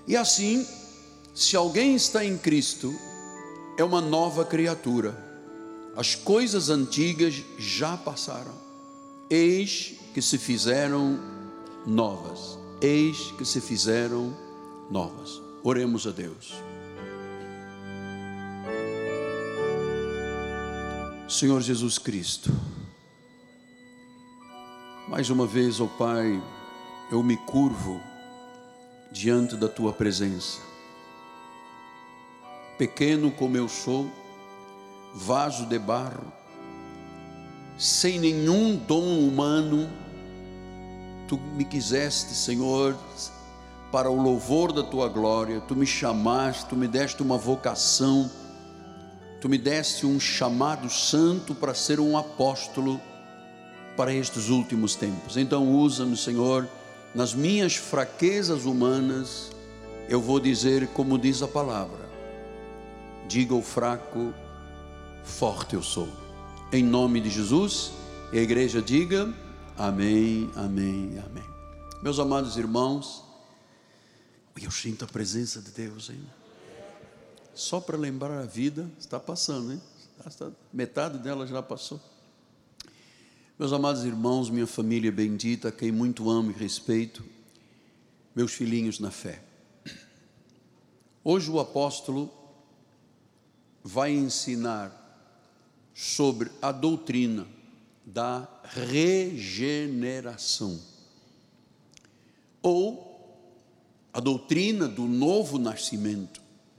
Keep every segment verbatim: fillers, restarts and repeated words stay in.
E assim, se alguém está em Cristo, é uma nova criatura. As coisas antigas já passaram, eis que se fizeram novas. Eis que se fizeram novas. Oremos a Deus. Senhor Jesus Cristo, mais uma vez, ó Pai, eu me curvo diante da Tua presença. Pequeno como eu sou, vaso de barro, sem nenhum dom humano, Tu me quiseste, Senhor, para o louvor da Tua glória. Tu me chamaste, Tu me deste uma vocação, Tu me deste um chamado santo para ser um apóstolo para estes últimos tempos. Então usa-me, Senhor, nas minhas fraquezas humanas. Eu vou dizer como diz a palavra: diga ao fraco, forte eu sou. Em nome de Jesus, e a igreja diga amém, amém, amém. Meus amados irmãos, eu sinto a presença de Deus, hein? Só para lembrar a vida, está passando, hein? Metade dela já passou. Meus amados irmãos, minha família bendita, a quem muito amo e respeito, meus filhinhos na fé. Hoje o apóstolo vai ensinar sobre a doutrina da regeneração, ou a doutrina do novo nascimento.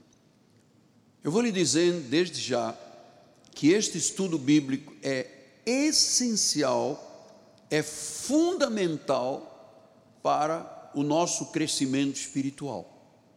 Eu vou lhe dizer desde já que este estudo bíblico é essencial, é fundamental para o nosso crescimento espiritual.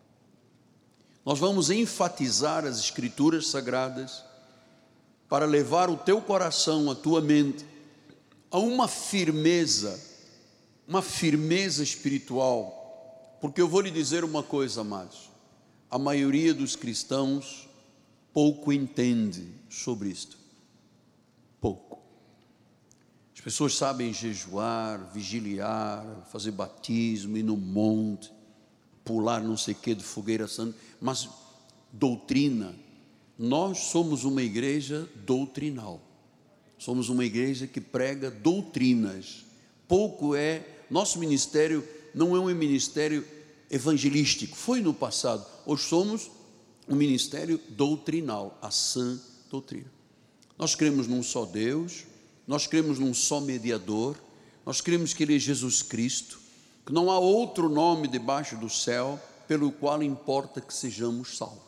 Nós vamos enfatizar as Escrituras Sagradas para levar o teu coração, a tua mente, a uma firmeza, uma firmeza espiritual, porque eu vou lhe dizer uma coisa, amados, a maioria dos cristãos pouco entende sobre isto, pouco. As pessoas sabem jejuar, vigiliar, fazer batismo, ir no monte, pular não sei o que de fogueira santa, mas doutrina, nós somos uma igreja doutrinal, somos uma igreja que prega doutrinas. Pouco é, nosso ministério não é um ministério evangelístico, foi no passado, hoje somos um ministério doutrinal, a sã doutrina. Nós cremos num só Deus, nós cremos num só mediador, nós cremos que Ele é Jesus Cristo, que não há outro nome debaixo do céu pelo qual importa que sejamos salvos.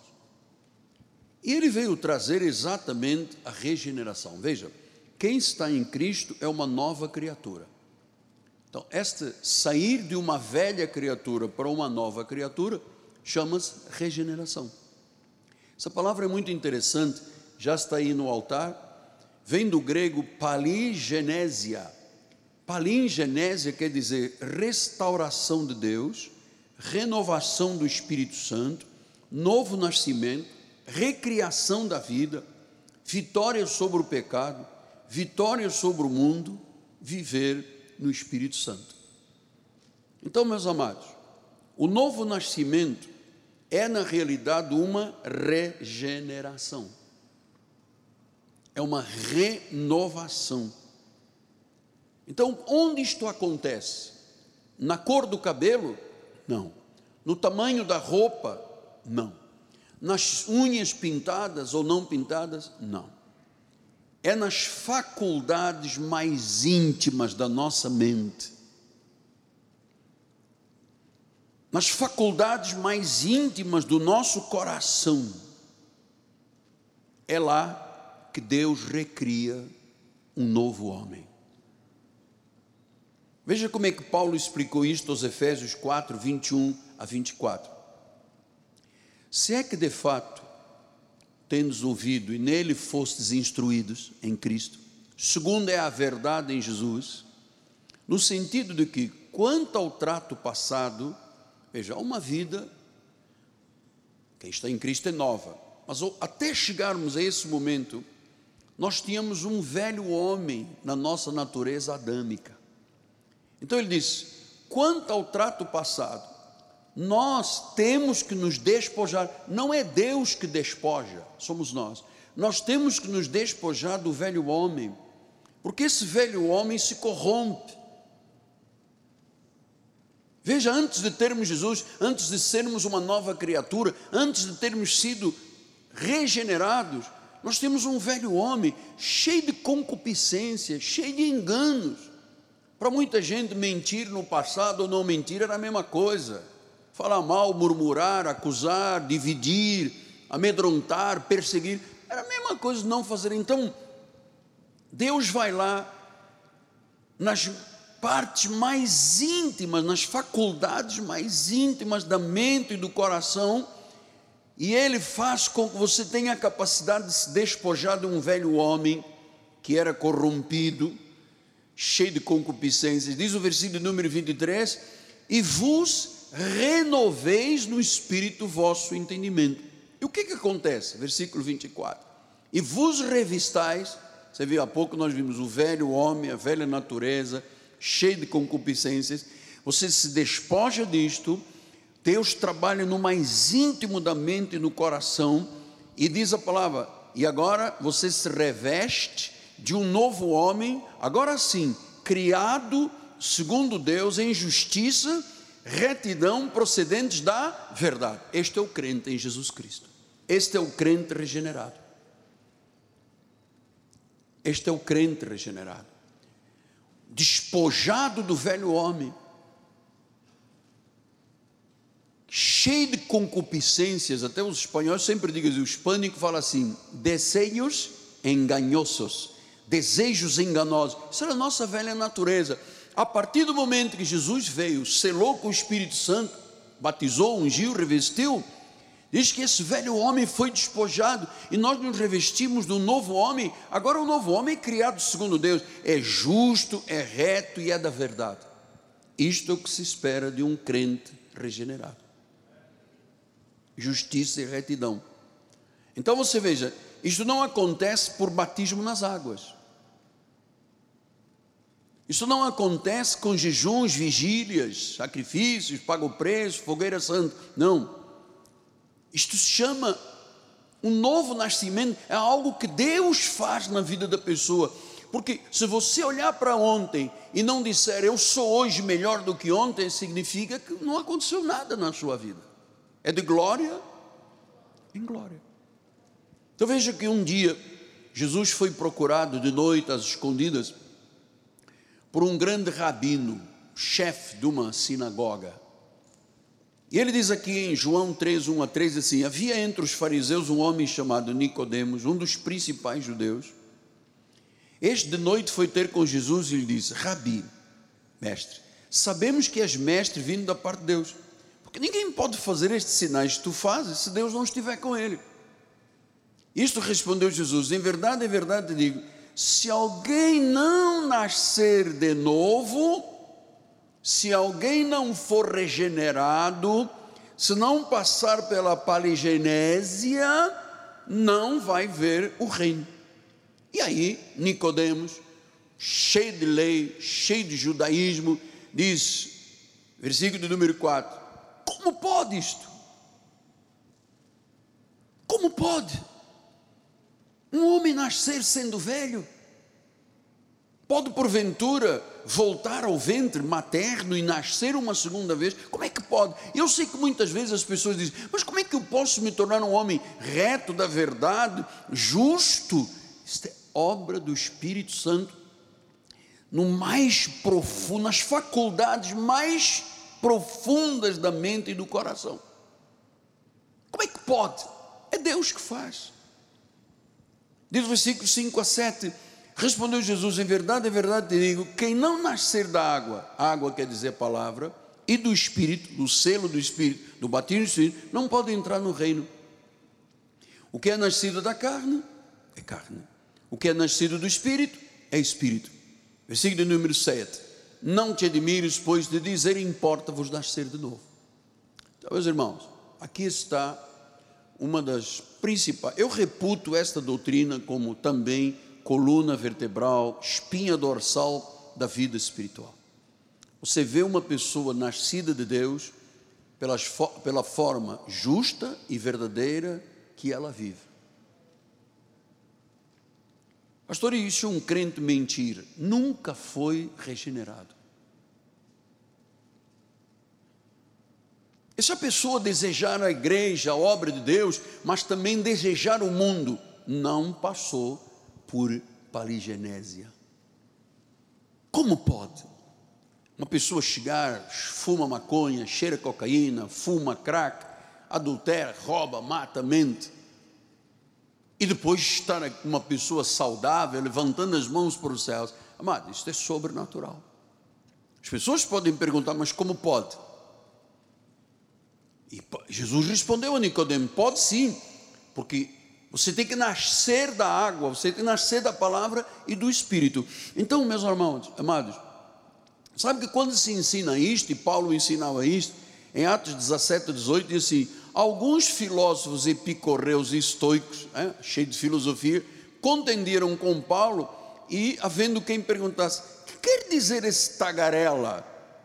E Ele veio trazer exatamente a regeneração. Veja, quem está em Cristo é uma nova criatura. Então, este sair de uma velha criatura para uma nova criatura chama-se regeneração. Essa palavra é muito interessante, já está aí no altar. Vem do grego palingenésia. Palingenésia quer dizer restauração de Deus, renovação do Espírito Santo, novo nascimento, recriação da vida, vitória sobre o pecado, vitória sobre o mundo, viver no Espírito Santo. Então, meus amados, o novo nascimento é na realidade uma regeneração. É uma renovação. Então, onde isto acontece? Na cor do cabelo? Não. No tamanho da roupa? Não. Nas unhas pintadas ou não pintadas? Não. É nas faculdades mais íntimas da nossa mente. Nas faculdades mais íntimas do nosso coração. É lá que Deus recria um novo homem. Veja como é que Paulo explicou isto aos Efésios quatro, vinte e um a vinte e quatro. Se é que de fato tendes ouvido e nele fostes instruídos em Cristo, segundo é a verdade em Jesus, no sentido de que, quanto ao trato passado, veja, uma vida, quem está em Cristo é nova, mas até chegarmos a esse momento, nós tínhamos um velho homem na nossa natureza adâmica. Então ele diz, quanto ao trato passado, nós temos que nos despojar. Não é Deus que despoja, somos nós. Nós temos que nos despojar do velho homem, porque esse velho homem se corrompe. Veja, antes de termos Jesus, antes de sermos uma nova criatura, antes de termos sido regenerados, nós temos um velho homem cheio de concupiscência, cheio de enganos. Para muita gente, mentir no passado ou não mentir era a mesma coisa. Falar mal, murmurar, acusar, dividir, amedrontar, perseguir, era a mesma coisa de não fazer. Então, Deus vai lá nas partes mais íntimas, nas faculdades mais íntimas da mente e do coração, e Ele faz com que você tenha a capacidade de se despojar de um velho homem que era corrompido, cheio de concupiscências. Diz o versículo número vinte e três: e vos renoveis no espírito vosso entendimento. E o que que acontece? Versículo vinte e quatro: e vos revistais. Você viu, há pouco nós vimos o velho homem, a velha natureza, cheio de concupiscências. Você se despoja disto. Deus trabalha no mais íntimo da mente e no coração, e diz a palavra: e agora você se reveste de um novo homem, agora sim, criado segundo Deus em justiça, retidão, procedentes da verdade. Este é o crente em Jesus Cristo. Este é o crente regenerado. Este é o crente regenerado, despojado do velho homem, cheio de concupiscências. Até os espanhóis sempre dizem, o hispânico fala assim: desejos engañosos, desejos enganosos. Isso era a nossa velha natureza. A partir do momento que Jesus veio, selou com o Espírito Santo, batizou, ungiu, revestiu, diz que esse velho homem foi despojado, e nós nos revestimos do novo homem. Agora o novo homem é criado segundo Deus, é justo, é reto e é da verdade. Isto é o que se espera de um crente regenerado: justiça e retidão. Então você veja, isto não acontece por batismo nas águas. Isso não acontece com jejuns, vigílias, sacrifícios, paga o preço, fogueira santa. Não. Isto se chama um novo nascimento. É algo que Deus faz na vida da pessoa. Porque se você olhar para ontem e não disser eu sou hoje melhor do que ontem, significa que não aconteceu nada na sua vida. É de glória em glória. Então veja que um dia Jesus foi procurado de noite às escondidas por um grande rabino, chefe de uma sinagoga. E ele diz aqui em João três, um a três, assim: havia entre os fariseus um homem chamado Nicodemos, um dos principais judeus. Este de noite foi ter com Jesus e lhe disse: Rabi, mestre, sabemos que és mestre vindo da parte de Deus, porque ninguém pode fazer estes sinais que tu fazes se Deus não estiver com ele. Isto respondeu Jesus: em verdade, em verdade te digo, se alguém não nascer de novo, se alguém não for regenerado, se não passar pela paligenésia, não vai ver o reino. E aí Nicodemos, cheio de lei, cheio de judaísmo, diz, versículo número quatro: como pode isto? Como pode um homem nascer sendo velho? Pode porventura voltar ao ventre materno e nascer uma segunda vez? Como é que pode? Eu sei que muitas vezes as pessoas dizem, mas como é que eu posso me tornar um homem reto, da verdade, justo? Isto é obra do Espírito Santo, no mais profundo, nas faculdades mais profundas da mente e do coração. Como é que pode? É Deus que faz. Diz o versículo cinco a sete: respondeu Jesus: em verdade, em verdade te digo, quem não nascer da água, água quer dizer palavra, e do Espírito, do selo do Espírito, do batismo do Espírito, não pode entrar no reino. O que é nascido da carne, é carne. O que é nascido do Espírito, é Espírito. Versículo número sete: não te admires, pois, de dizer, importa-vos nascer de novo. Então, meus irmãos, aqui está uma das principais. Eu reputo esta doutrina como também coluna vertebral, espinha dorsal da vida espiritual. Você vê uma pessoa nascida de Deus, pelas, pela forma justa e verdadeira que ela vive. Pastor, e isso é um crente mentir? Nunca foi regenerado. E se a pessoa desejar a igreja, a obra de Deus, mas também desejar o mundo, não passou por paligenésia. Como pode uma pessoa chegar, fuma maconha, cheira cocaína, fuma crack, adultera, rouba, mata, mente, e depois estar uma pessoa saudável, levantando as mãos para os céus? Amado, isso é sobrenatural. As pessoas podem perguntar, mas como pode? E Jesus respondeu a Nicodemo: pode sim, porque você tem que nascer da água, você tem que nascer da palavra e do Espírito. Então, meus irmãos, amados, sabe que quando se ensina isto, e Paulo ensinava isto, em Atos dezessete, dezoito, diz assim: alguns filósofos epicorreus e estoicos, é, cheios de filosofia, contenderam com Paulo, e havendo quem perguntasse: o que quer dizer esse tagarela?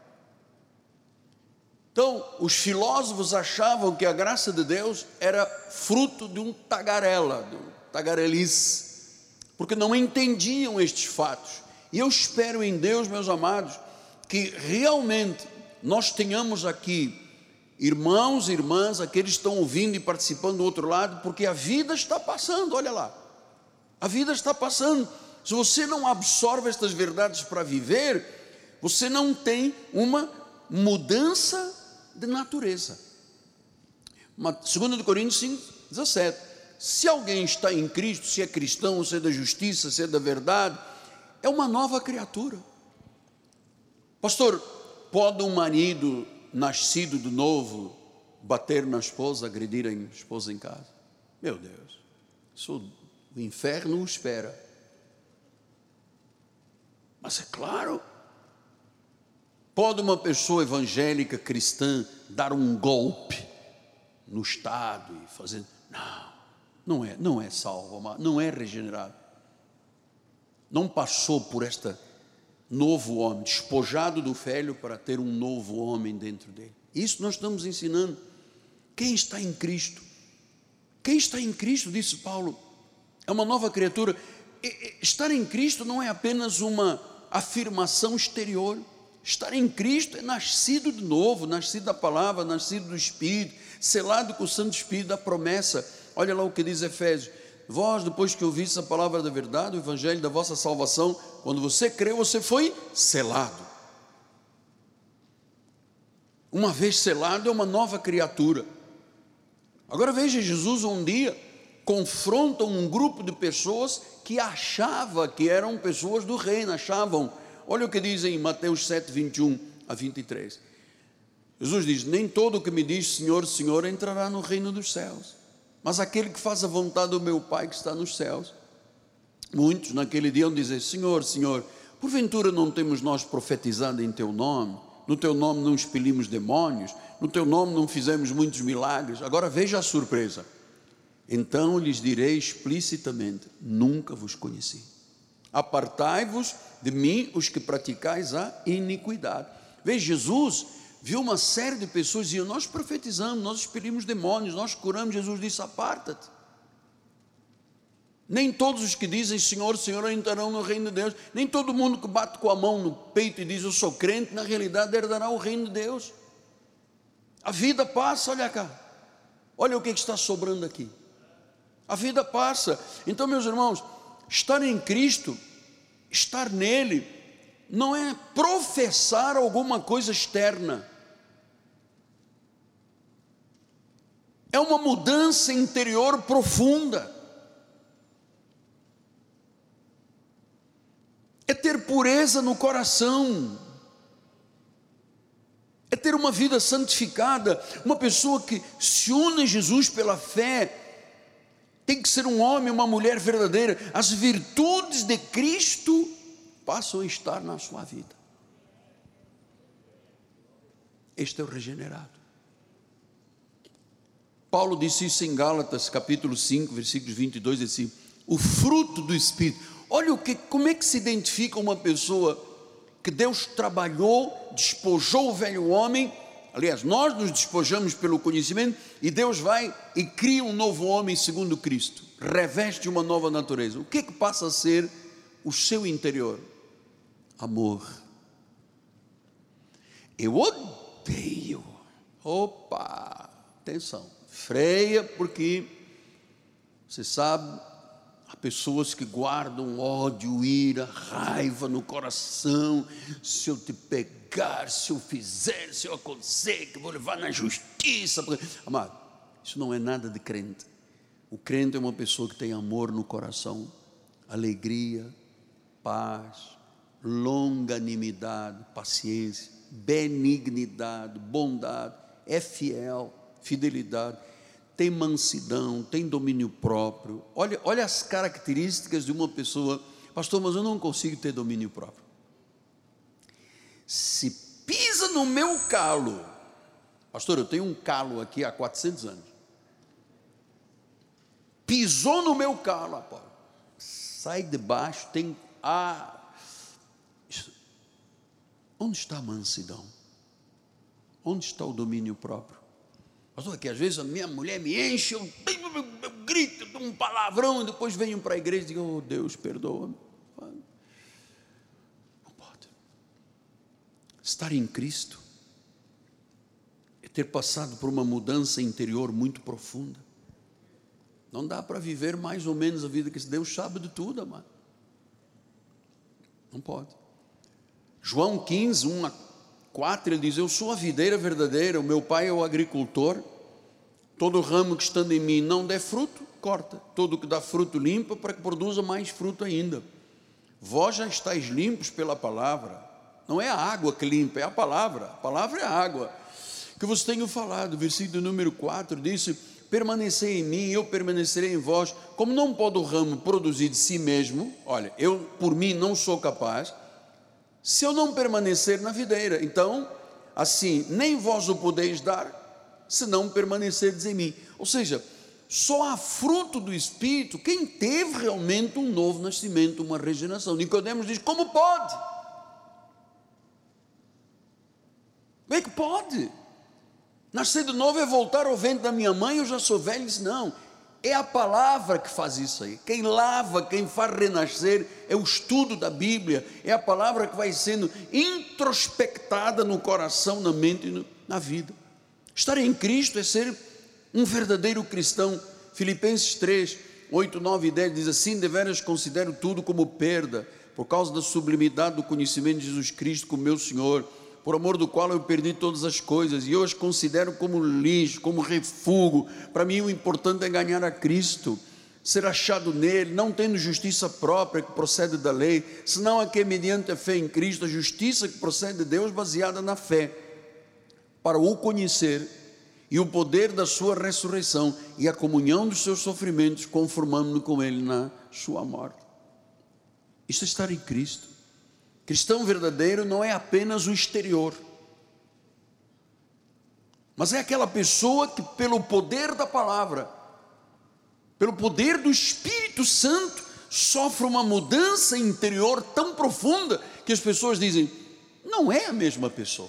Então, os filósofos achavam que a graça de Deus era fruto de um tagarela, de um tagarelice, porque não entendiam estes fatos. E eu espero em Deus, meus amados, que realmente nós tenhamos aqui irmãos e irmãs, aqueles que estão ouvindo e participando do outro lado, porque a vida está passando, olha lá, a vida está passando. Se você não absorve estas verdades para viver, você não tem uma mudança de natureza. Segundo Coríntios cinco, dezessete, se alguém está em Cristo, se é cristão, se é da justiça, se é da verdade, é uma nova criatura. Pastor, pode um marido nascido de novo bater na esposa, agredir a esposa em casa? Meu Deus, isso, o inferno o espera. Mas é claro, pode uma pessoa evangélica cristã dar um golpe no Estado e fazer? Não, não é, não é salvo, não é regenerado. Não passou por este novo homem, despojado do velho para ter um novo homem dentro dele. Isso nós estamos ensinando. Quem está em Cristo? Quem está em Cristo, disse Paulo, é uma nova criatura. Estar em Cristo não é apenas uma afirmação exterior. Estar em Cristo é nascido de novo, nascido da palavra, nascido do Espírito, selado com o Santo Espírito da promessa. Olha lá o que diz Efésios: vós, depois que ouviste a palavra da verdade, o evangelho da vossa salvação, quando você creu, você foi selado. Uma vez selado, é uma nova criatura. Agora veja, Jesus um dia confronta um grupo de pessoas que achava que eram pessoas do reino, achavam. Olha o que diz em Mateus sete, vinte e um a vinte e três. Jesus diz: nem todo o que me diz Senhor, Senhor entrará no reino dos céus, mas aquele que faz a vontade do meu Pai que está nos céus. Muitos naquele dia vão dizer: Senhor, Senhor, porventura não temos nós profetizado em Teu nome? No Teu nome não expelimos demónios? No Teu nome não fizemos muitos milagres? Agora veja a surpresa. Então lhes direi explicitamente: nunca vos conheci. Apartai-vos de mim, os que praticais a iniquidade. Veja, Jesus viu uma série de pessoas que diziam: nós profetizamos, nós expelimos demónios, nós curamos. Jesus disse: aparta-te. Nem todos os que dizem Senhor, Senhor entrarão no reino de Deus. Nem todo mundo que bate com a mão no peito e diz eu sou crente, na realidade herdará o reino de Deus. A vida passa, olha cá, olha o que está sobrando aqui. A vida passa. Então, meus irmãos, estar em Cristo, estar nele, não é professar alguma coisa externa, é uma mudança interior profunda, é ter pureza no coração, é ter uma vida santificada. Uma pessoa que se une a Jesus pela fé tem que ser um homem, uma mulher verdadeira. As virtudes de Cristo passam a estar na sua vida. Este é o regenerado. Paulo disse isso em Gálatas capítulo cinco, versículos vinte e dois, assim: o fruto do Espírito. Olha o que, como é que se identifica uma pessoa que Deus trabalhou, despojou o velho homem, aliás, nós nos despojamos pelo conhecimento e Deus vai e cria um novo homem segundo Cristo, reveste uma nova natureza. O que é que passa a ser o seu interior? Amor. Eu odeio, opa, atenção, freia, porque você sabe, há pessoas que guardam ódio, ira, raiva no coração. Se eu te pegar, se eu fizer, se eu acontecer, que eu vou levar na justiça. Amado, isso não é nada de crente. O crente é uma pessoa que tem amor no coração, alegria, paz, longanimidade, paciência, benignidade, bondade, é fiel, fidelidade, tem mansidão, tem domínio próprio. Olha, olha as características de uma pessoa. Pastor, mas eu não consigo ter domínio próprio. Se pisa no meu calo, pastor, eu tenho um calo aqui há quatrocentos anos, pisou no meu calo, rapaz, sai de baixo, tem a... Onde está a mansidão? Onde está o domínio próprio? Pastor, que às vezes a minha mulher me enche, eu, eu, eu grito, eu dou um palavrão, e depois venho para a igreja e digo, oh Deus, perdoa-me. Não pode. Estar em Cristo é ter passado por uma mudança interior muito profunda. Não dá para viver mais ou menos a vida que Deus sabe de tudo, amado. Não pode. João quinze, um a quatro, ele diz, eu sou a videira verdadeira, o meu pai é o agricultor, todo ramo que estando em mim não der fruto, corta, todo que dá fruto limpa, para que produza mais fruto ainda. Vós já estáis limpos pela palavra, não é a água que limpa, é a palavra, a palavra é a água, que vos tenho falado. Versículo número quatro, disse, permanecei em mim, eu permanecerei em vós. Como não pode o ramo produzir de si mesmo, olha, eu por mim não sou capaz, se eu não permanecer na videira, então, assim, nem vós o podeis dar, se não permanecerdes em mim. Ou seja, só há fruto do Espírito quem teve realmente um novo nascimento, uma regeneração. Nicodemos diz, como pode? Como é que pode? Nascer de novo é voltar ao ventre da minha mãe, eu já sou velho. Ele diz, não, é a palavra que faz isso aí. Quem lava, quem faz renascer é o estudo da Bíblia, é a palavra que vai sendo introspectada no coração, na mente e na vida. Estar em Cristo é ser um verdadeiro cristão. Filipenses três, oito, nove e dez diz assim, deveras considero tudo como perda, por causa da sublimidade do conhecimento de Jesus Cristo como meu Senhor, por amor do qual eu perdi todas as coisas, e eu as considero como lixo, como refúgio. Para mim o importante é ganhar a Cristo, ser achado nele, não tendo justiça própria que procede da lei, senão a que é mediante a fé em Cristo, a justiça que procede de Deus baseada na fé, para o conhecer e o poder da sua ressurreição e a comunhão dos seus sofrimentos, conformando-me com ele na sua morte. Isto é estar em Cristo. Cristão verdadeiro não é apenas o exterior, mas é aquela pessoa que pelo poder da palavra, pelo poder do Espírito Santo, sofre uma mudança interior tão profunda, que as pessoas dizem, não é a mesma pessoa,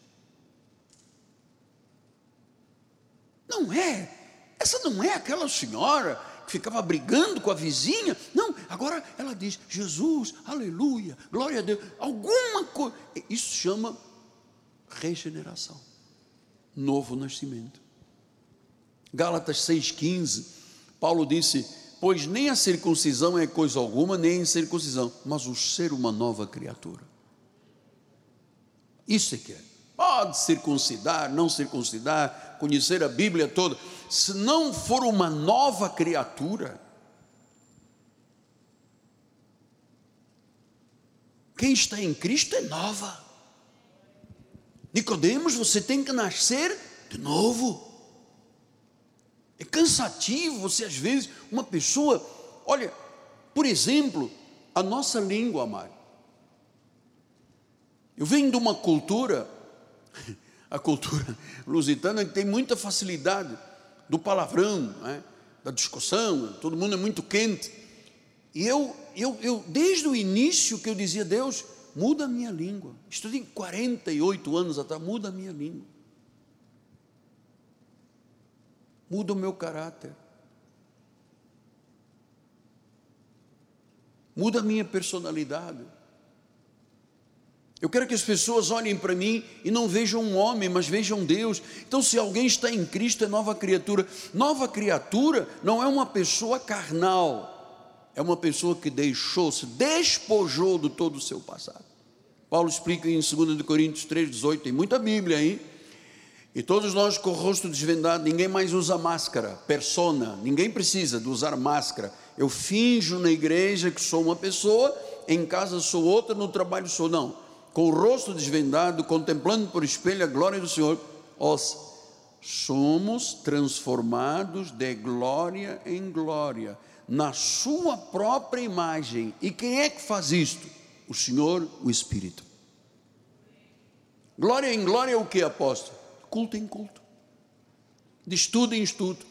não é, essa não é aquela senhora que ficava brigando com a vizinha. Não, agora ela diz, Jesus, aleluia, glória a Deus, alguma coisa. Isso chama regeneração, novo nascimento. Gálatas seis, quinze, Paulo disse, pois nem a circuncisão é coisa alguma, nem a incircuncisão, mas o ser uma nova criatura. Isso é que é. Pode circuncidar, não circuncidar, conhecer a Bíblia toda, se não for uma nova criatura, quem está em Cristo é nova. Nicodemos, você tem que nascer de novo. É cansativo você às vezes, uma pessoa, olha, por exemplo, a nossa língua, amado. Eu venho de uma cultura, a cultura lusitana, que tem muita facilidade do palavrão, né? Da discussão, todo mundo é muito quente, e eu, eu, eu, desde o início que eu dizia, Deus, muda a minha língua, estou em quarenta e oito anos atrás, muda a minha língua, muda o meu caráter, muda a minha personalidade. Eu quero que as pessoas olhem para mim e não vejam um homem, mas vejam Deus. Então, se alguém está em Cristo, é nova criatura. Nova criatura não é uma pessoa carnal, é uma pessoa que deixou, se despojou de todo o seu passado. Paulo explica em dois Coríntios três, dezoito, tem muita Bíblia aí. E todos nós com o rosto desvendado, ninguém mais usa máscara, persona, ninguém precisa de usar máscara. Eu finjo na igreja que sou uma pessoa, em casa sou outra, no trabalho sou, não. Com o rosto desvendado, contemplando por espelho a glória do Senhor, os somos transformados de glória em glória, na sua própria imagem. E quem é que faz isto? O Senhor, o Espírito. Glória em glória é o que, apóstolo? Culto em culto, de estudo em estudo.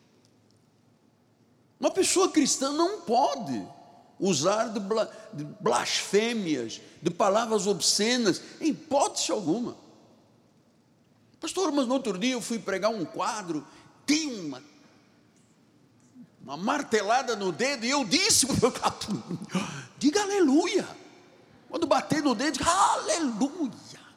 Uma pessoa cristã não pode usar de, bla, de blasfêmias, de palavras obscenas, em hipótese alguma. Pastor, mas no outro dia eu fui pregar um quadro, tem uma, uma martelada no dedo, e eu disse, diga aleluia. Quando bater no dedo, diga aleluia.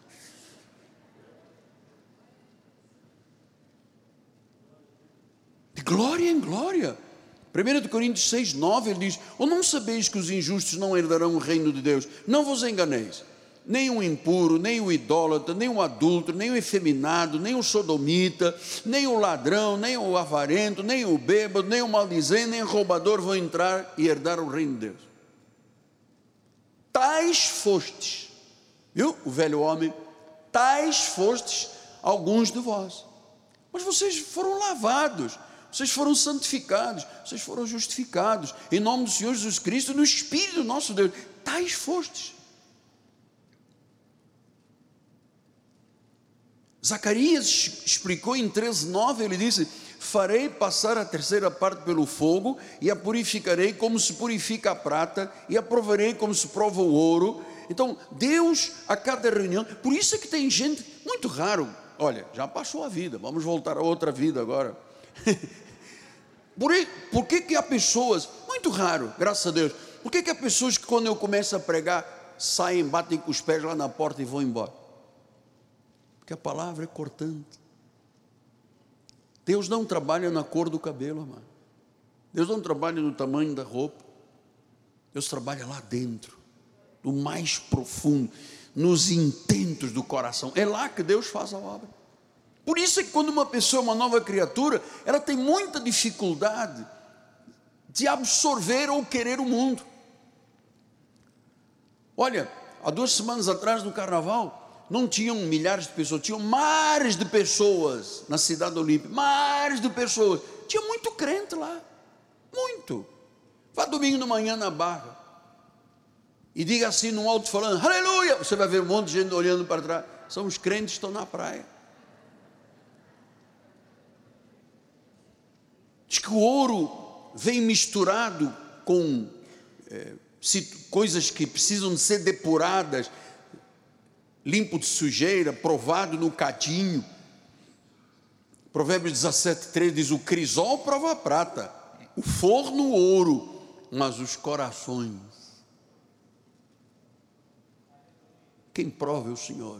De glória em glória. primeira Coríntios seis, nove, ele diz: ou não sabeis que os injustos não herdarão o reino de Deus? Não vos enganeis, nem o impuro, nem o idólatra, nem o adúltero, nem o efeminado, nem o sodomita, nem o ladrão, nem o avarento, nem o bêbado, nem o maldizente, nem o roubador vão entrar e herdar o reino de Deus. Tais fostes, viu, o velho homem, tais fostes alguns de vós, mas vocês foram lavados, vocês foram santificados, vocês foram justificados, em nome do Senhor Jesus Cristo, no Espírito do nosso Deus. Tais fostes. Zacarias explicou em treze, nove, ele disse: farei passar a terceira parte pelo fogo, e a purificarei como se purifica a prata, e a provarei como se prova o ouro. Então, Deus, a cada reunião, por isso é que tem gente, muito raro, olha, já passou a vida, vamos voltar a outra vida agora. Por, por que que há pessoas, muito raro, graças a Deus, por que que há pessoas que quando eu começo a pregar, saem, batem com os pés lá na porta e vão embora? Porque a palavra é cortante. Deus não trabalha na cor do cabelo, amado. Deus não trabalha no tamanho da roupa. Deus trabalha lá dentro, no mais profundo, nos intentos do coração. É lá que Deus faz a obra. Por isso é que quando uma pessoa é uma nova criatura, ela tem muita dificuldade de absorver ou querer o mundo. Olha, há duas semanas atrás, no carnaval, não tinham milhares de pessoas, tinham mares de pessoas na cidade olímpica, mares de pessoas, tinha muito crente lá, muito. Vá domingo de manhã na Barra e diga assim num alto-falante, aleluia, você vai ver um monte de gente olhando para trás, são os crentes que estão na praia. Diz que o ouro vem misturado com é, coisas que precisam de ser depuradas, limpo de sujeira, provado no cadinho. Provérbios dezessete, três diz: o crisol prova a prata, o forno o ouro, mas os corações, quem prova é o Senhor.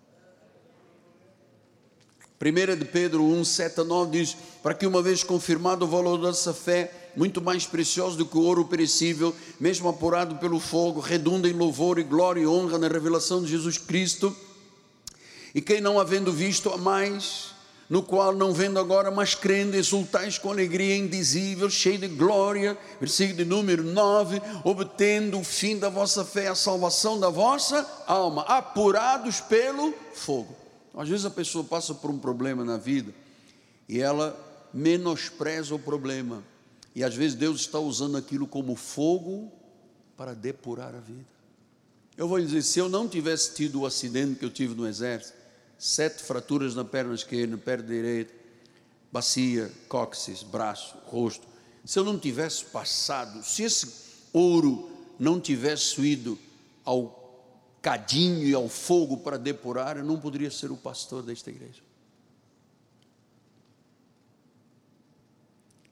primeira de Pedro um, sete a nove diz: para que uma vez confirmado o valor dessa fé, muito mais precioso do que o ouro perecível, mesmo apurado pelo fogo, redunda em louvor e glória e honra na revelação de Jesus Cristo. E quem não havendo visto a mais, no qual não vendo agora, mas crendo, exultais com alegria indizível, cheio de glória, versículo de número nove, obtendo o fim da vossa fé, a salvação da vossa alma, apurados pelo fogo. Às vezes a pessoa passa por um problema na vida e ela menospreza o problema, e às vezes Deus está usando aquilo como fogo para depurar a vida. Eu vou lhe dizer, se eu não tivesse tido o acidente que eu tive no exército, sete fraturas na perna esquerda, na perna direita, bacia, cóccix, braço, rosto, se eu não tivesse passado, se esse ouro não tivesse ido ao cadinho e ao fogo para depurar, eu não poderia ser o pastor desta igreja.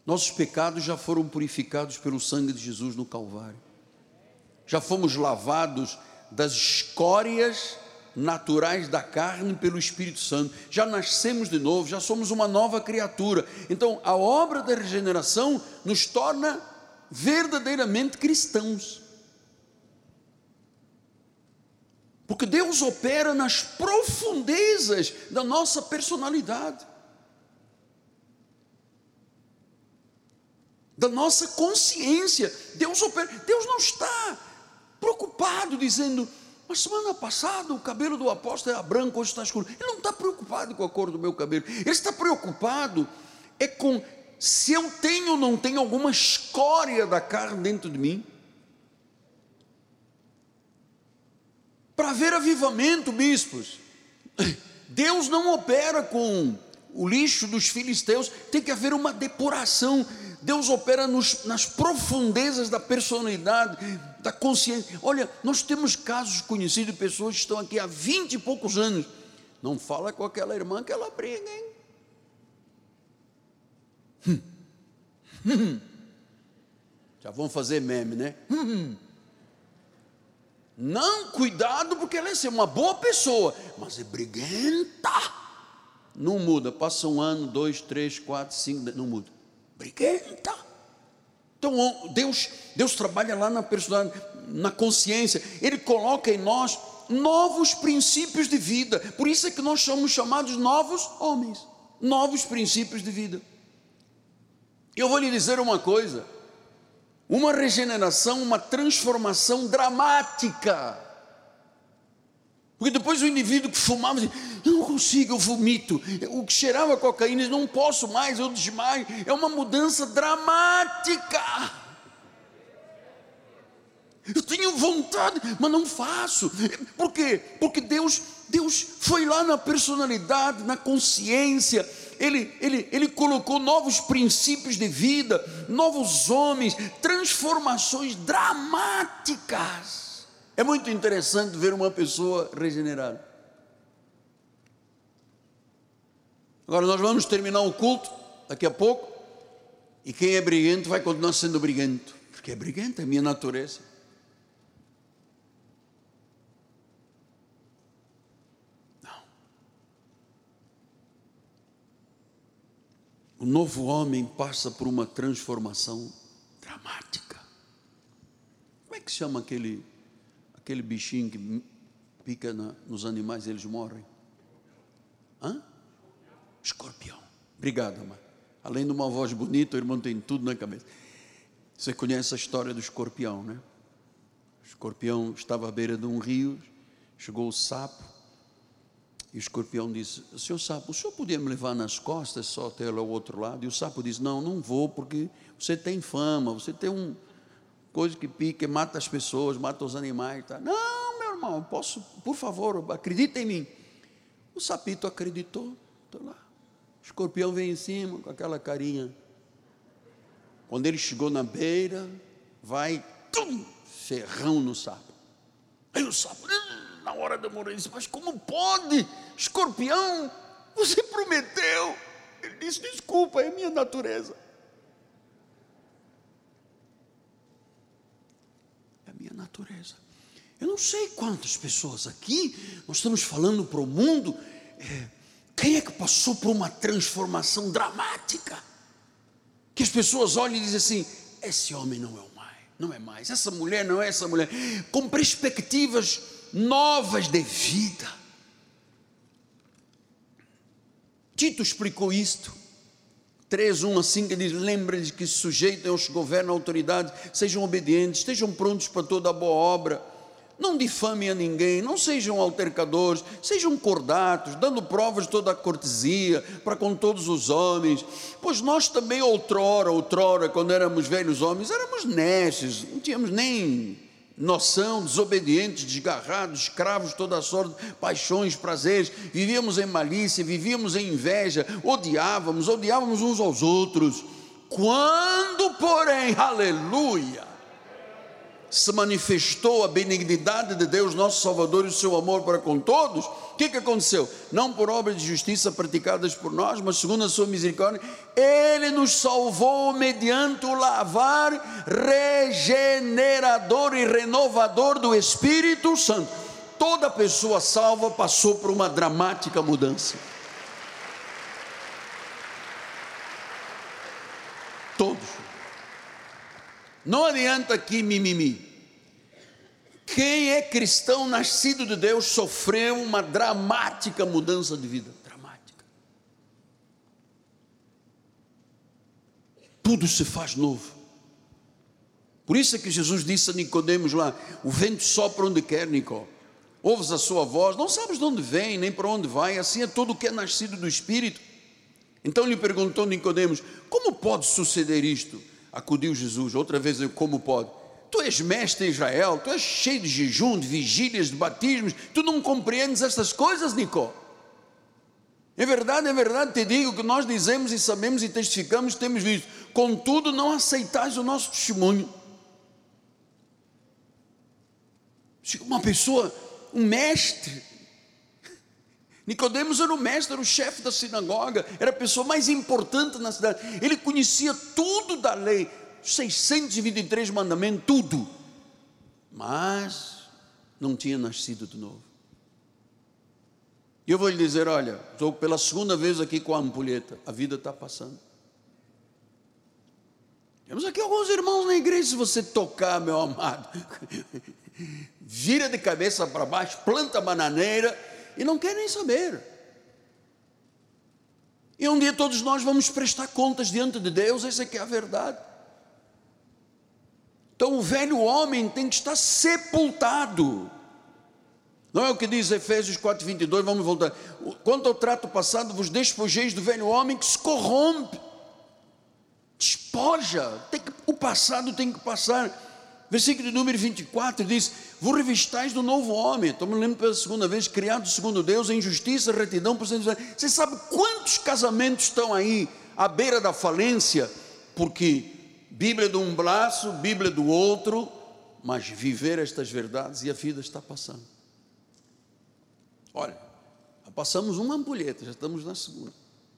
nossos pecados já foram purificados pelo sangue de Jesus no Calvário. Já fomos lavados das escórias naturais da carne pelo Espírito Santo. Já nascemos de novo, já somos uma nova criatura. Então, a obra da regeneração nos torna verdadeiramente cristãos. Porque Deus opera nas profundezas da nossa personalidade, da nossa consciência. Deus opera. Deus não está preocupado dizendo: mas semana passada o cabelo do apóstolo era branco, hoje está escuro. Ele não está preocupado com a cor do meu cabelo. Ele está preocupado é com se eu tenho ou não tenho alguma escória da carne dentro de mim. Para haver avivamento, bispos, Deus não opera com o lixo dos filisteus, tem que haver uma depuração. Deus opera nos, nas profundezas da personalidade, da consciência. Olha, nós temos casos conhecidos de pessoas que estão aqui há vinte e poucos anos. Não fala com aquela irmã que ela briga, hein? Hum. Hum. Já vão fazer meme, né? Hum. Não, cuidado, porque ela é uma boa pessoa, mas é briguenta. Não muda, passa um ano, dois, três, quatro, cinco, não muda. Briguenta. Então Deus, Deus trabalha lá na personalidade, na consciência. Ele coloca em nós novos princípios de vida. Por isso é que nós somos chamados novos homens, novos princípios de vida. Eu vou lhe dizer uma coisa: uma regeneração, uma transformação dramática. Porque depois o indivíduo que fumava dizia: eu não consigo, eu vomito. O que cheirava cocaína, não posso mais, eu desmaio. É uma mudança dramática. Eu tenho vontade, mas não faço. Por quê? Porque Deus, Deus foi lá na personalidade, na consciência. Ele, ele, ele colocou novos princípios de vida, novos homens, transformações dramáticas. É muito interessante ver uma pessoa regenerada. Agora nós vamos terminar o culto daqui a pouco, e quem é briguento vai continuar sendo briguento, porque é briguento, é a minha natureza. Não. O novo homem passa por uma transformação dramática. Como é que se chama aquele aquele bichinho que pica na, nos animais e eles morrem? Hã? Escorpião. Obrigado, amor. Além de uma voz bonita, o irmão tem tudo na cabeça. Você conhece a história do escorpião, né? O escorpião estava à beira de um rio, chegou o sapo, e o escorpião disse: senhor sapo, o senhor podia me levar nas costas só até lá ao outro lado? E o sapo disse: não, não vou, porque você tem fama, você tem um coisa que pica, mata as pessoas, mata os animais, tá? Não, meu irmão, posso, por favor, acredita em mim. O sapito acreditou, estou lá. O escorpião vem em cima com aquela carinha. Quando ele chegou na beira, vai, tum, ferrão no sapo. Aí o sapo, na hora de morrer, disse: mas como pode, escorpião, você prometeu. Ele disse: desculpa, é a minha natureza. Minha natureza. Eu não sei quantas pessoas aqui nós estamos falando para o mundo. É, quem é que passou por uma transformação dramática? Que as pessoas olham e dizem assim: esse homem não é o mais, não é mais, essa mulher não é essa mulher, com perspectivas novas de vida. Tito explicou isto. três, um a cinco, diz: lembrem-se que se sujeitem aos que governam a autoridade, sejam obedientes, estejam prontos para toda a boa obra, não difamem a ninguém, não sejam altercadores, sejam cordatos, dando provas de toda a cortesia para com todos os homens, pois nós também outrora, outrora, quando éramos velhos homens, éramos nestes, não tínhamos nem noção, desobedientes, desgarrados, escravos de toda a sorte, paixões, prazeres, vivíamos em malícia, vivíamos em inveja, odiávamos, odiávamos uns aos outros. Quando, porém, aleluia, se manifestou a benignidade de Deus, nosso Salvador, e o seu amor para com todos, o que, que aconteceu? Não por obras de justiça praticadas por nós, mas segundo a sua misericórdia, Ele nos salvou mediante o lavar regenerador e renovador do Espírito Santo. Toda pessoa salva passou por uma dramática mudança. Todos. Não adianta aqui mimimi. Quem é cristão nascido de Deus sofreu uma dramática mudança de vida. Dramática. Tudo se faz novo. Por isso é que Jesus disse a Nicodemos lá: o vento sopra onde quer, Nicó. Ouves a sua voz, não sabes de onde vem, nem para onde vai. Assim é todo o que é nascido do Espírito. Então lhe perguntou Nicodemos: como pode suceder isto? Acudiu Jesus, outra vez, como pode? Tu és mestre em Israel, tu és cheio de jejum, de vigílias, de batismos, tu não compreendes estas coisas, Nicó? É verdade, é verdade, te digo que nós dizemos e sabemos e testificamos, temos visto, contudo não aceitais o nosso testemunho. Uma pessoa, um mestre, Nicodemos era o mestre, era o chefe da sinagoga, era a pessoa mais importante na cidade, ele conhecia tudo da lei, seiscentos e vinte e três mandamentos, tudo, mas não tinha nascido de novo. E eu vou lhe dizer: olha, estou pela segunda vez aqui com a ampulheta, a vida está passando. Temos aqui alguns irmãos na igreja, se você tocar, meu amado, vira de cabeça para baixo, planta bananeira, e não quer nem saber. E um dia todos nós vamos prestar contas diante de Deus, essa é que é a verdade. Então o velho homem tem que estar sepultado. Não é o que diz Efésios quatro, vinte e dois, vamos voltar. Quanto ao trato passado, vos despojeis do velho homem que se corrompe, despoja, tem que, o passado tem que passar. Versículo número vinte e quatro diz: vos revistais do novo homem. Estou me lembrando pela segunda vez, criado segundo Deus, em justiça, retidão, procedimento. Você sabe quantos casamentos estão aí à beira da falência? Porque Bíblia de um braço, Bíblia do outro, mas viver estas verdades e a vida está passando. Olha, passamos uma ampulheta, já estamos na segunda.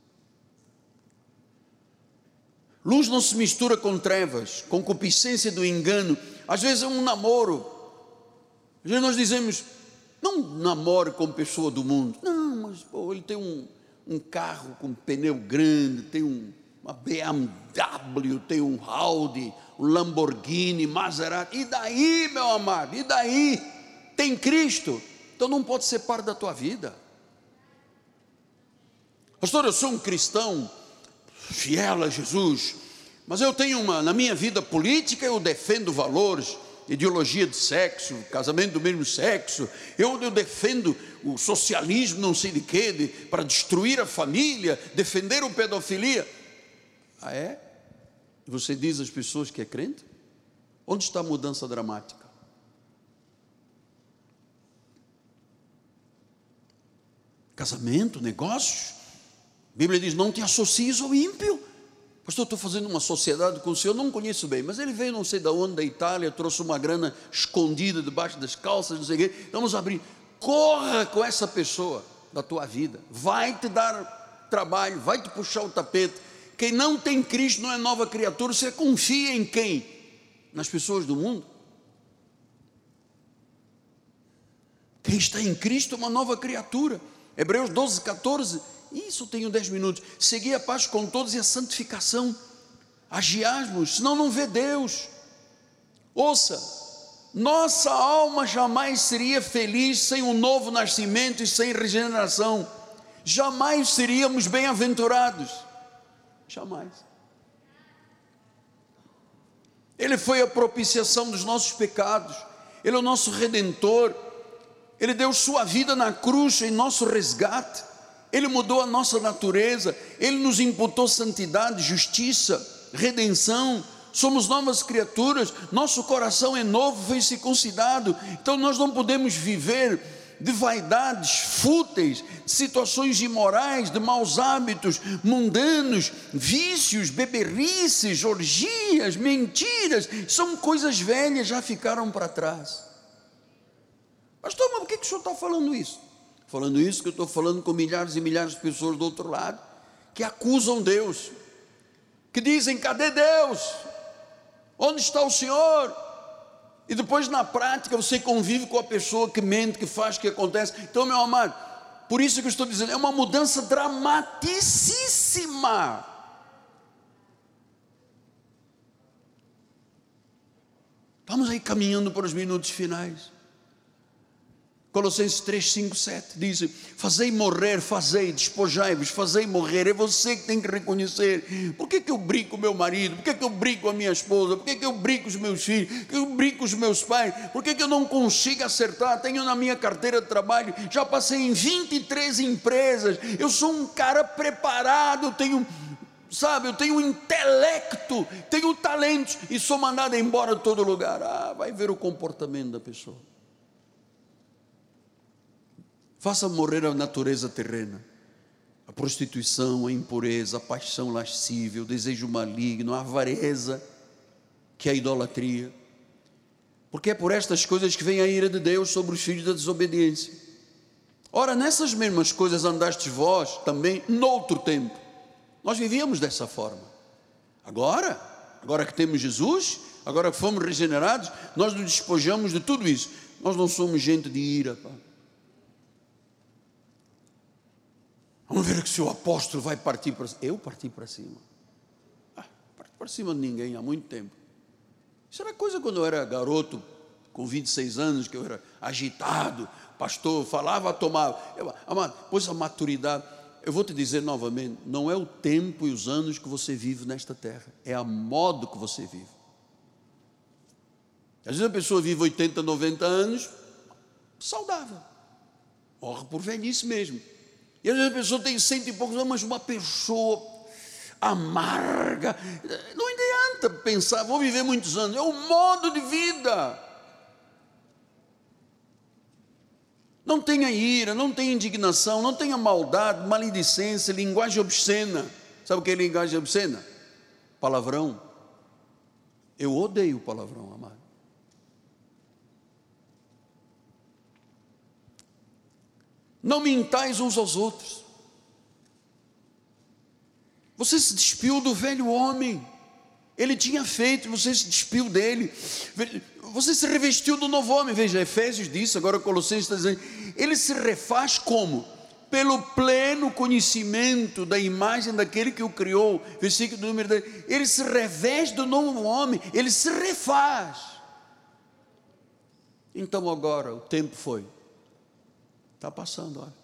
Luz não se mistura com trevas, concupiscência do engano. Às vezes é um namoro. Às vezes nós dizemos: não namore com pessoa do mundo. Não, mas pô, ele tem um, um carro com pneu grande, tem um, uma B M W, tem um Audi, um Lamborghini, Maserati. E daí, meu amado? E daí? Tem Cristo? Então não pode ser parte da tua vida. Pastor, eu sou um cristão fiel a Jesus, mas eu tenho uma, na minha vida política eu defendo valores, ideologia de sexo, casamento do mesmo sexo, eu, eu defendo o socialismo, não sei de quê, de, para destruir a família, defender a pedofilia. Ah é? Você diz às pessoas que é crente? Onde está a mudança dramática? Casamento, negócios. A Bíblia diz: não te associes ao ímpio. Pastor, estou fazendo uma sociedade com o senhor, não conheço bem, mas ele veio não sei de onde, da Itália, trouxe uma grana escondida debaixo das calças, não sei o quê, vamos abrir. Corra com essa pessoa da tua vida, vai te dar trabalho, vai te puxar o tapete. Quem não tem Cristo não é nova criatura. Você confia em quem? Nas pessoas do mundo? Quem está em Cristo é uma nova criatura. Hebreus doze, catorze. Isso, tenho dez minutos. Segui a paz com todos e a santificação. Agiasmos, senão não vê Deus. Ouça, nossa alma jamais seria feliz sem um novo nascimento e sem regeneração. Jamais seríamos bem-aventurados. Jamais. Ele foi a propiciação dos nossos pecados. Ele é o nosso Redentor. Ele deu sua vida na cruz em nosso resgate. Ele mudou a nossa natureza, Ele nos imputou santidade, justiça, redenção, somos novas criaturas, nosso coração é novo, foi circuncidado. Então nós não podemos viver de vaidades fúteis, de situações imorais, de maus hábitos mundanos, vícios, beberrices, orgias, mentiras, são coisas velhas, já ficaram para trás. Pastor, mas por que, que o senhor está falando isso? Falando isso que eu estou falando com milhares e milhares de pessoas do outro lado, que acusam Deus, que dizem, cadê Deus? Onde está o Senhor? E depois na prática você convive com a pessoa que mente, que faz, que acontece. Então, meu amado, por isso que eu estou dizendo, é uma mudança dramaticíssima. Vamos aí caminhando para os minutos finais. Colossenses três, cinco, sete diz: fazei morrer, fazei, despojai-vos, fazei morrer. É você que tem que reconhecer. Por que, que eu brigo com meu marido? Por que, que eu brigo com a minha esposa? Por que, que eu brigo com os meus filhos? Por que eu brigo com os meus pais? Por que, que eu não consigo acertar? Tenho na minha carteira de trabalho, já passei em vinte e três empresas. Eu sou um cara preparado, eu tenho, sabe, eu tenho intelecto, tenho talentos e sou mandado embora de todo lugar. Ah, vai ver o comportamento da pessoa. Faça morrer a natureza terrena, a prostituição, a impureza, a paixão lascívia, o desejo maligno, a avareza, que é a idolatria, porque é por estas coisas que vem a ira de Deus sobre os filhos da desobediência. Ora, nessas mesmas coisas andastes vós também noutro tempo. Nós vivíamos dessa forma. Agora, agora que temos Jesus, agora que fomos regenerados, nós nos despojamos de tudo isso. Nós não somos gente de ira, pá. Vamos ver se o apóstolo vai partir para cima. Eu parti para cima. Ah, parti para cima de ninguém há muito tempo. Isso era coisa quando eu era garoto, com vinte e seis anos, que eu era agitado, pastor, falava, tomava. Eu, amado, pois a maturidade, eu vou te dizer novamente, não é o tempo e os anos que você vive nesta terra, é a modo que você vive. Às vezes a pessoa vive oitenta, noventa anos, saudável, morre por velhice mesmo. E às vezes a pessoa tem cento e poucos anos, mas uma pessoa amarga. Não adianta pensar, vou viver muitos anos. É o modo de vida. Não tenha ira, não tenha indignação, não tenha maldade, maledicência, linguagem obscena. Sabe o que é linguagem obscena? Palavrão. Eu odeio palavrão, amado. Não mintais uns aos outros. Você se despiu do velho homem. Ele tinha feito, você se despiu dele. Você se revestiu do novo homem. Veja, Efésios diz, agora Colossenses está dizendo, ele se refaz como? Pelo pleno conhecimento da imagem daquele que o criou. Versículo número dez. Ele se reveste do novo homem, ele se refaz. Então agora o tempo foi. Está passando, olha.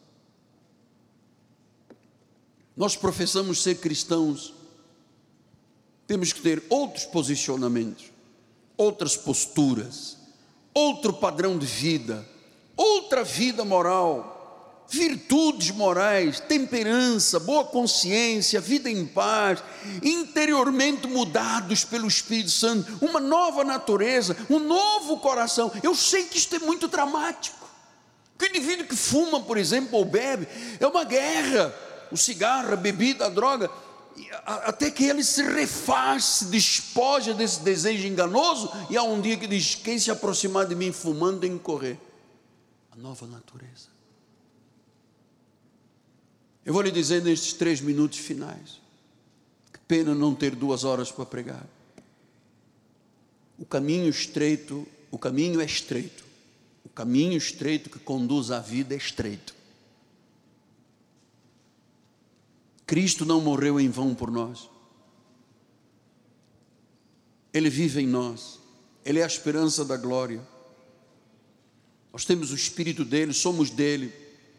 Nós professamos ser cristãos, temos que ter outros posicionamentos, outras posturas, outro padrão de vida, outra vida moral, virtudes morais, temperança, boa consciência, vida em paz, interiormente mudados pelo Espírito Santo, uma nova natureza, um novo coração. Eu sei que isto é muito dramático. O indivíduo que fuma, por exemplo, ou bebe, é uma guerra. O cigarro, a bebida, a droga, até que ele se refaz, se despoja desse desejo enganoso, e há um dia que diz, quem se aproximar de mim fumando tem que correr. A nova natureza. Eu vou lhe dizer nestes três minutos finais, que pena não ter duas horas para pregar. O caminho estreito, o caminho é estreito. O caminho estreito que conduz à vida é estreito. Cristo não morreu em vão por nós. Ele vive em nós. Ele é a esperança da glória. Nós temos o Espírito dele, somos dele.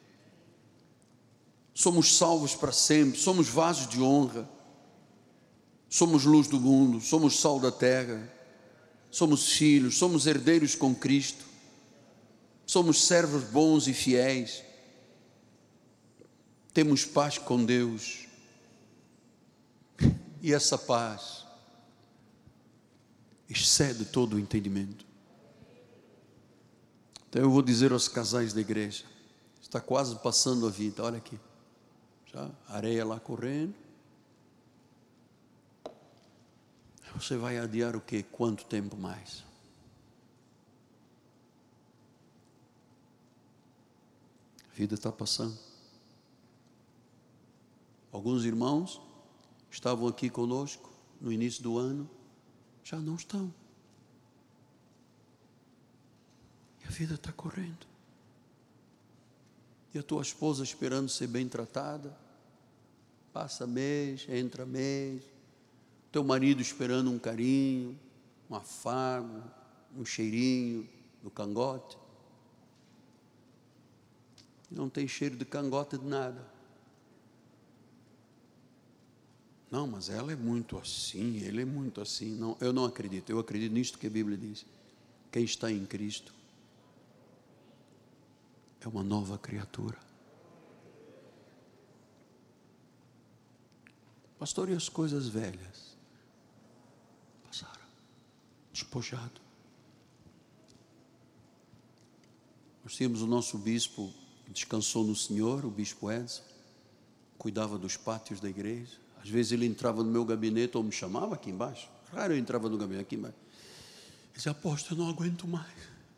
Somos salvos para sempre, somos vasos de honra. Somos luz do mundo, somos sal da terra. Somos filhos, somos herdeiros com Cristo. Somos servos bons e fiéis. Temos paz com Deus. E essa paz excede todo o entendimento. Então eu vou dizer aos casais da igreja, está quase passando a vida, olha aqui, já, areia lá correndo. Você vai adiar o quê? Quanto tempo mais? A vida está passando. Alguns irmãos estavam aqui conosco no início do ano, já não estão. E a vida está correndo. E a tua esposa esperando ser bem tratada, passa mês, entra mês, teu marido esperando um carinho, um afago, um cheirinho do cangote. Não tem cheiro de cangote de nada. Não, mas ela é muito assim, ele é muito assim. Não, eu não acredito, eu acredito nisto que a Bíblia diz. Quem está em Cristo é uma nova criatura. Pastor, e as coisas velhas? Passaram, despojado. Nós tínhamos o nosso bispo que descansou no Senhor, o bispo Edson, cuidava dos pátios da igreja. Às vezes ele entrava no meu gabinete ou me chamava aqui embaixo. Raro eu entrava no gabinete aqui embaixo. Ele dizia, apóstolo, eu não aguento mais.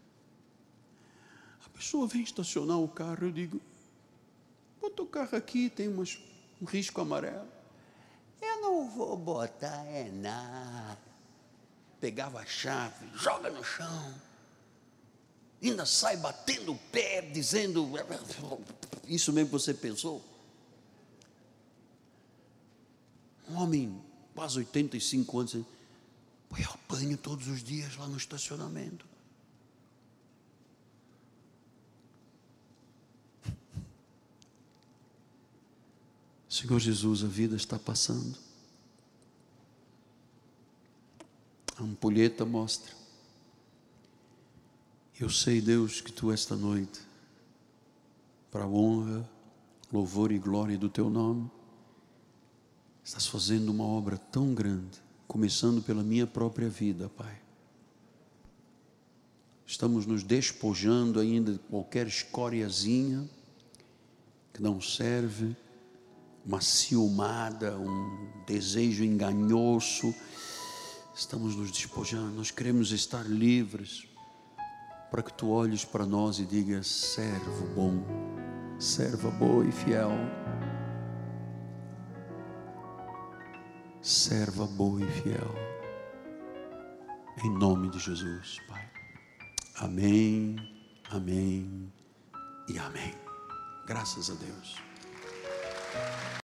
A pessoa vem estacionar o carro, eu digo, bota o carro aqui, tem umas, um risco amarelo. Eu não vou botar é nada. Pegava a chave, joga no chão. Ainda sai batendo o pé, dizendo, isso mesmo que você pensou? Um homem, quase oitenta e cinco anos, eu apanho todos os dias lá no estacionamento. Senhor Jesus, a vida está passando. A ampulheta mostra. Eu sei, Deus, que Tu esta noite, para a honra, louvor e glória do Teu nome, estás fazendo uma obra tão grande, começando pela minha própria vida, Pai. Estamos nos despojando ainda de qualquer escóriazinha que não serve, uma ciumada, um desejo enganoso. Estamos nos despojando, nós queremos estar livres, para que Tu olhes para nós e digas, servo bom, serva boa e fiel. Serva boa e fiel, em nome de Jesus, Pai. Amém, amém e amém. Graças a Deus.